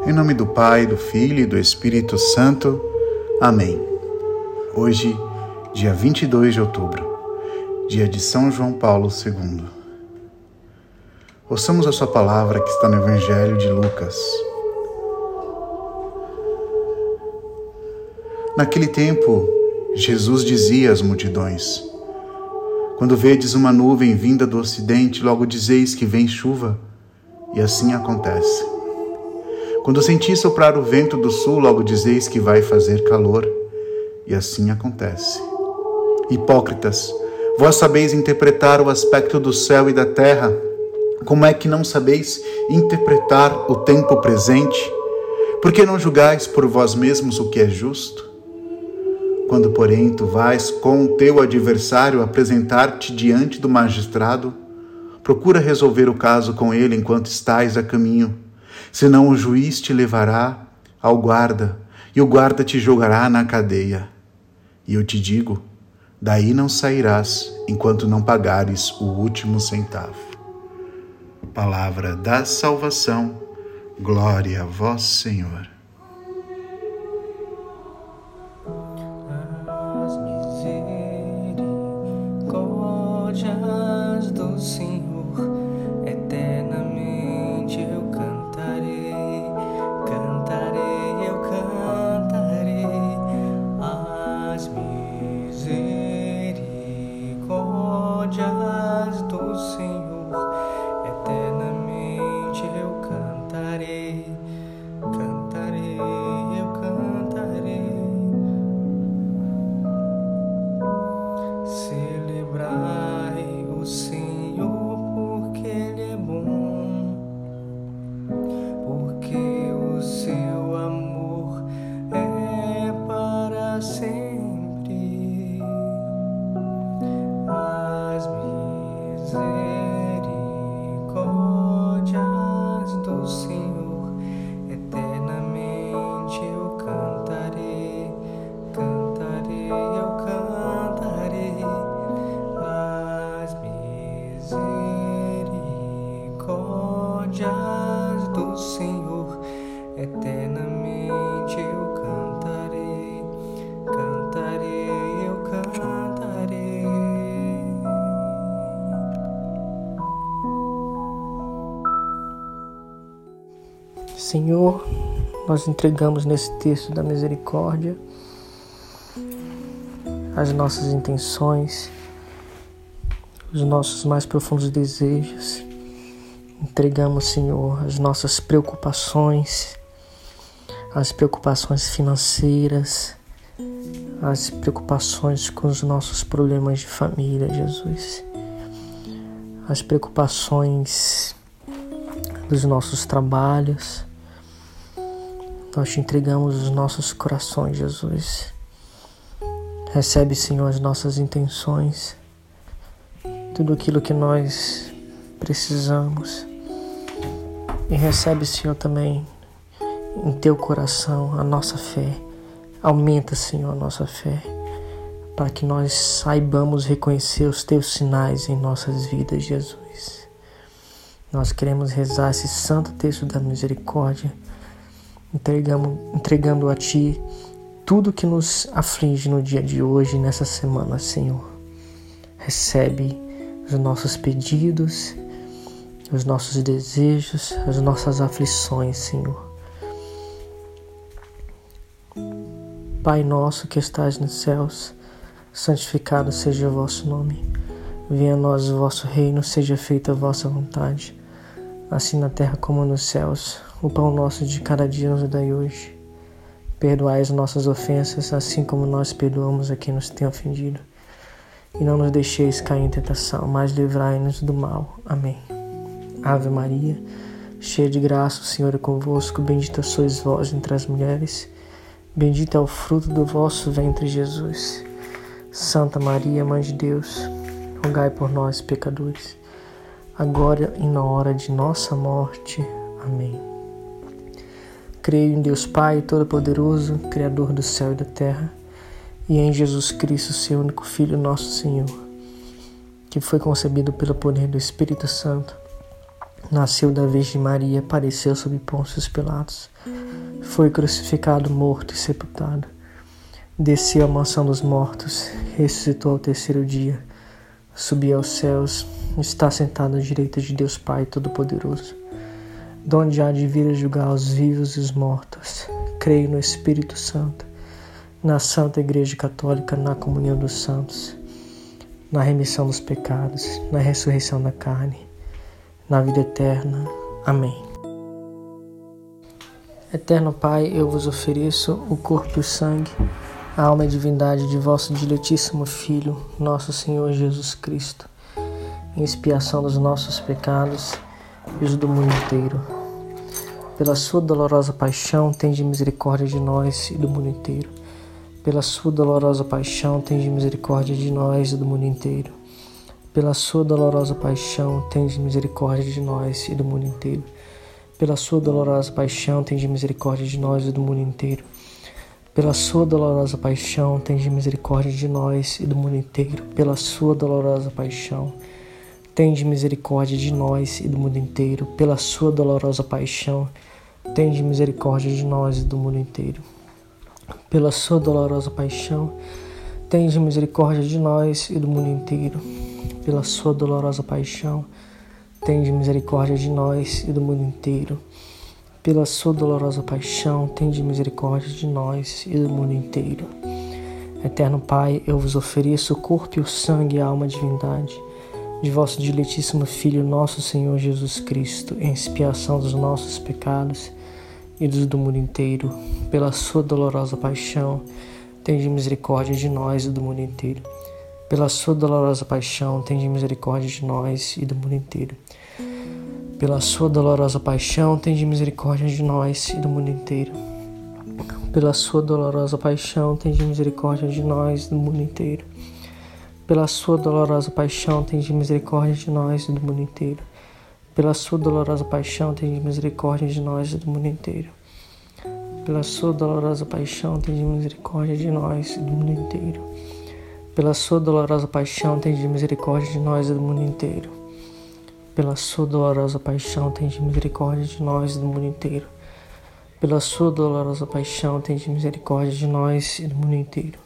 Em nome do Pai, do Filho e do Espírito Santo. Amém. Hoje, dia 22 de outubro, dia de São João Paulo II. Ouçamos a sua palavra que está no Evangelho de Lucas. Naquele tempo, Jesus dizia às multidões: quando vedes uma nuvem vinda do ocidente, logo dizeis que vem chuva, e assim acontece. Quando sentis soprar o vento do sul, logo dizeis que vai fazer calor, e assim acontece. Hipócritas, vós sabeis interpretar o aspecto do céu e da terra, como é que não sabeis interpretar o tempo presente? Por que não julgais por vós mesmos o que é justo? Quando, porém, tu vais com o teu adversário apresentar-te diante do magistrado, procura resolver o caso com ele enquanto estás a caminho, senão o juiz te levará ao guarda, e o guarda te jogará na cadeia. E eu te digo, daí não sairás enquanto não pagares o último centavo. Palavra da salvação, glória a vós, Senhor. As misericórdias do Senhor, eternamente eu cantarei, eu cantarei. As misericórdias do Senhor, eternamente eu cantarei, eu cantarei. Celebrai o Senhor porque Ele é bom, porque o seu amor é para sempre. As misericórdias do Senhor, eternamente eu cantarei, eu cantarei. As misericórdias do Senhor, eternamente eu cantarei, eu cantarei. Senhor, nós entregamos nesse texto da misericórdia as nossas intenções, os nossos mais profundos desejos. Entregamos, Senhor, as nossas preocupações, as preocupações financeiras, as preocupações com os nossos problemas de família, Jesus. As preocupações dos nossos trabalhos. Nós te entregamos os nossos corações, Jesus. Recebe, Senhor, as nossas intenções, tudo aquilo que nós precisamos. E recebe, Senhor, também em teu coração a nossa fé. Aumenta, Senhor, a nossa fé, para que nós saibamos reconhecer os teus sinais em nossas vidas, Jesus. Nós queremos rezar esse santo texto da misericórdia, entregando a Ti tudo que nos aflige no dia de hoje, nessa semana, Senhor. Recebe os nossos pedidos, os nossos desejos, as nossas aflições, Senhor. Pai nosso que estás nos céus, santificado seja o vosso nome. Venha a nós o vosso reino, seja feita a vossa vontade, assim na terra como nos céus. O pão nosso de cada dia nos dai hoje. Perdoai as nossas ofensas, assim como nós perdoamos a quem nos tem ofendido. E não nos deixeis cair em tentação, mas livrai-nos do mal. Amém. Ave Maria, cheia de graça, o Senhor é convosco. Bendita sois vós entre as mulheres. Bendito é o fruto do vosso ventre, Jesus. Santa Maria, Mãe de Deus, rogai por nós, pecadores, agora e na hora de nossa morte. Amém. Creio em Deus Pai Todo-Poderoso, Criador do céu e da terra, e em Jesus Cristo, seu único Filho, nosso Senhor, que foi concebido pelo poder do Espírito Santo, nasceu da Virgem Maria, padeceu sob Pôncio Pilatos, foi crucificado, morto e sepultado, desceu à mansão dos mortos, ressuscitou ao terceiro dia, subiu aos céus, está sentado à direita de Deus Pai Todo-Poderoso, donde há de vir a julgar os vivos e os mortos. Creio no Espírito Santo, na Santa Igreja Católica, na comunhão dos santos, na remissão dos pecados, na ressurreição da carne, na vida eterna. Amém. Eterno Pai, eu vos ofereço o corpo e o sangue, a alma e a divindade de vosso diletíssimo Filho, nosso Senhor Jesus Cristo, em expiação dos nossos pecados e os do mundo inteiro. Pela sua dolorosa paixão, tende misericórdia de nós e do mundo inteiro. Pela sua dolorosa paixão, tende misericórdia de nós e do mundo inteiro. Pela sua dolorosa paixão, tende misericórdia de nós e do mundo inteiro. Pela sua dolorosa paixão, tende misericórdia de nós e do mundo inteiro. Pela sua dolorosa paixão, tende misericórdia de nós e do mundo inteiro. Pela sua dolorosa paixão, tende misericórdia de nós e do mundo inteiro. Pela sua dolorosa paixão, tende misericórdia de nós e do mundo inteiro. Pela sua dolorosa paixão, tende misericórdia de nós e do mundo inteiro. Pela sua dolorosa paixão, tende misericórdia de nós e do mundo inteiro. Pela sua dolorosa paixão, tende misericórdia de nós e do mundo inteiro. Eterno Pai, eu vos ofereço o corpo e o sangue, a alma e a divindade de vosso diletíssimo Filho, nosso Senhor Jesus Cristo, em expiação dos nossos pecados e dos do mundo inteiro. Pela sua dolorosa paixão, tende misericórdia de nós e do mundo inteiro. Pela sua dolorosa paixão, tende misericórdia de nós e do mundo inteiro. Pela sua dolorosa paixão, tende misericórdia de nós e do mundo inteiro. Pela sua dolorosa paixão, tende misericórdia de nós e do mundo inteiro. Pela sua dolorosa paixão, tende misericórdia de nós e do mundo inteiro. Pela sua dolorosa paixão, tende misericórdia de nós e do mundo inteiro. Pela sua dolorosa paixão, tende misericórdia de nós e do mundo inteiro. Pela sua dolorosa paixão, tende misericórdia de nós e do mundo inteiro. Pela sua dolorosa paixão, tende misericórdia de nós e do mundo inteiro. Pela sua dolorosa paixão, tende misericórdia de nós e do mundo inteiro.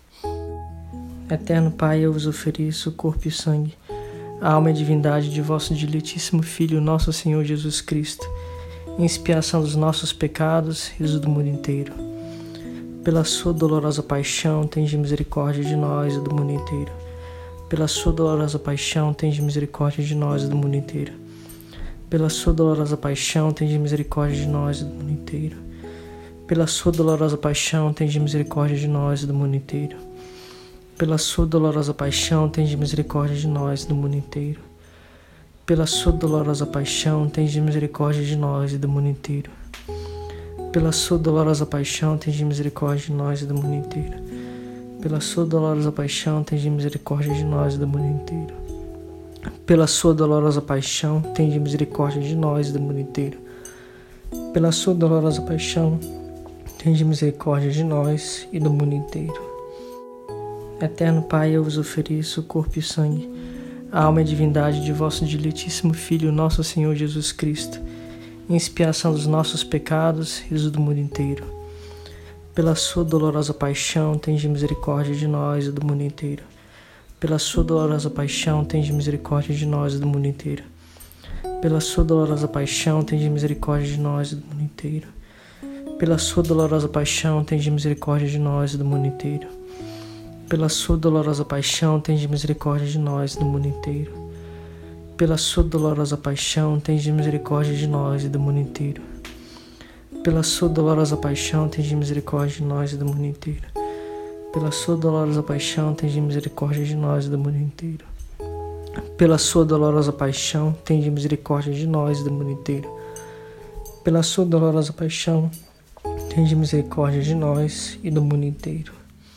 Eterno Pai, eu vos ofereço o corpo e o sangue, a alma e a divindade de vosso diletíssimo Filho, nosso Senhor Jesus Cristo, em expiação dos nossos pecados e dos do mundo inteiro. Pela sua dolorosa paixão, tende misericórdia de nós e do mundo inteiro. Pela sua dolorosa paixão, tende misericórdia de nós e do mundo inteiro. Pela sua dolorosa paixão, tende misericórdia de nós e do mundo inteiro. Pela sua dolorosa paixão, tende misericórdia de nós e do mundo inteiro. Pela sua dolorosa paixão, tende misericórdia de nós e do mundo inteiro. Pela sua dolorosa paixão, tende misericórdia de nós e do mundo inteiro. Pela sua dolorosa paixão, tende misericórdia de nós e do mundo inteiro. Pela sua dolorosa paixão, tende misericórdia de nós e do mundo inteiro. Pela sua dolorosa paixão, tende misericórdia de nós e do mundo inteiro. Pela sua dolorosa paixão, tende misericórdia de nós e do mundo inteiro. Eterno Pai, eu vos ofereço o corpo e o sangue, a alma e a divindade de vosso diletíssimo Filho, nosso Senhor Jesus Cristo, em expiação dos nossos pecados e dos do mundo inteiro. Pela sua dolorosa paixão, tende misericórdia de nós e do mundo inteiro. Pela sua dolorosa paixão, tende misericórdia de nós e do mundo inteiro. Pela sua dolorosa paixão, tende misericórdia de nós e do mundo inteiro. Pela sua dolorosa paixão, tende misericórdia de nós e do mundo inteiro. Pela sua dolorosa paixão, tende misericórdia de nós e do mundo inteiro. Pela sua dolorosa paixão, tende misericórdia de nós e do mundo inteiro. Pela sua dolorosa paixão, tende misericórdia de nós e do mundo inteiro. Pela sua dolorosa paixão, tende misericórdia de nós e do mundo inteiro. Pela sua dolorosa paixão, tende misericórdia de nós e do mundo inteiro. Pela sua dolorosa paixão, tende misericórdia de nós e do mundo inteiro.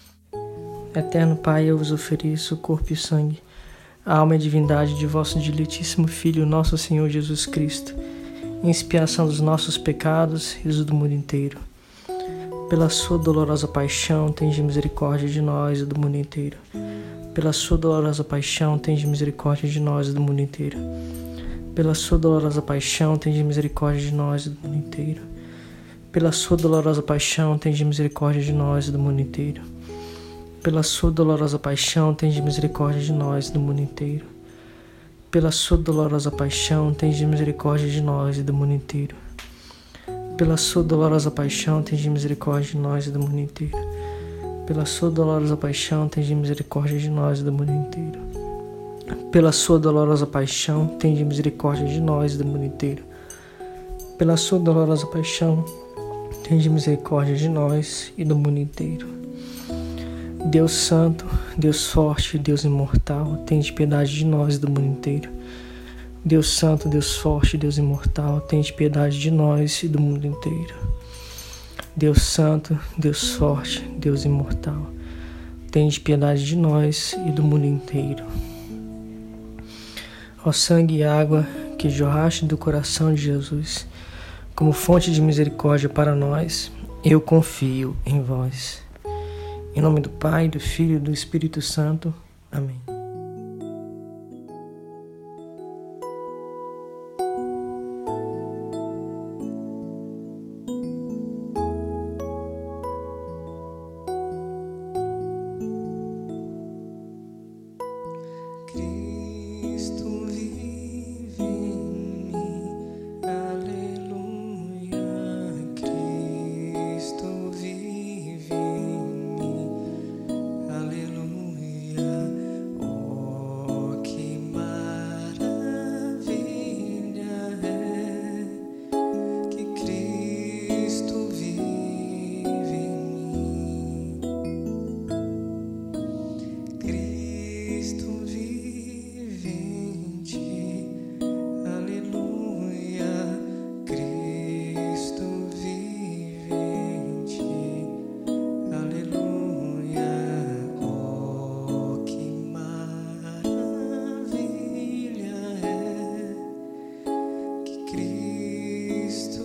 Eterno Pai, eu vos ofereço o corpo e o sangue, a alma e a divindade de vosso diletíssimo Filho, nosso Senhor Jesus Cristo, em expiação dos nossos pecados e dos do mundo inteiro. Pela sua dolorosa paixão, tende misericórdia de nós e do mundo inteiro. Pela sua dolorosa paixão, tende misericórdia de nós e do mundo inteiro. Pela sua dolorosa paixão, tende misericórdia de nós e do mundo inteiro. Pela sua dolorosa paixão, tende misericórdia de nós e do mundo inteiro. Pela sua dolorosa paixão, tende misericórdia de nós e do mundo inteiro. Pela sua dolorosa paixão, tende misericórdia de nós e do mundo inteiro. Pela sua dolorosa paixão, tende misericórdia de nós e do mundo inteiro. Pela sua dolorosa paixão, tende misericórdia de nós e do mundo inteiro. Pela sua dolorosa paixão, tende misericórdia de nós e do mundo inteiro. Pela sua dolorosa paixão, tende misericórdia de nós e do mundo inteiro. Deus Santo, Deus Forte, Deus Imortal, tende piedade de nós e do mundo inteiro. Deus Santo, Deus Forte, Deus Imortal, tende piedade de nós e do mundo inteiro. Deus Santo, Deus Forte, Deus Imortal, tende piedade de nós e do mundo inteiro. Ó sangue e água que jorraste do coração de Jesus, como fonte de misericórdia para nós, eu confio em vós. Em nome do Pai, do Filho e do Espírito Santo. Amém. Cristo vive em mim, aleluia. Cristo vive em mim, aleluia. Oh, que maravilha é que Cristo vive em mim. Cristo vive em ti, aleluia. Cristo vive em ti, aleluia. Oh, que maravilha é que Cristo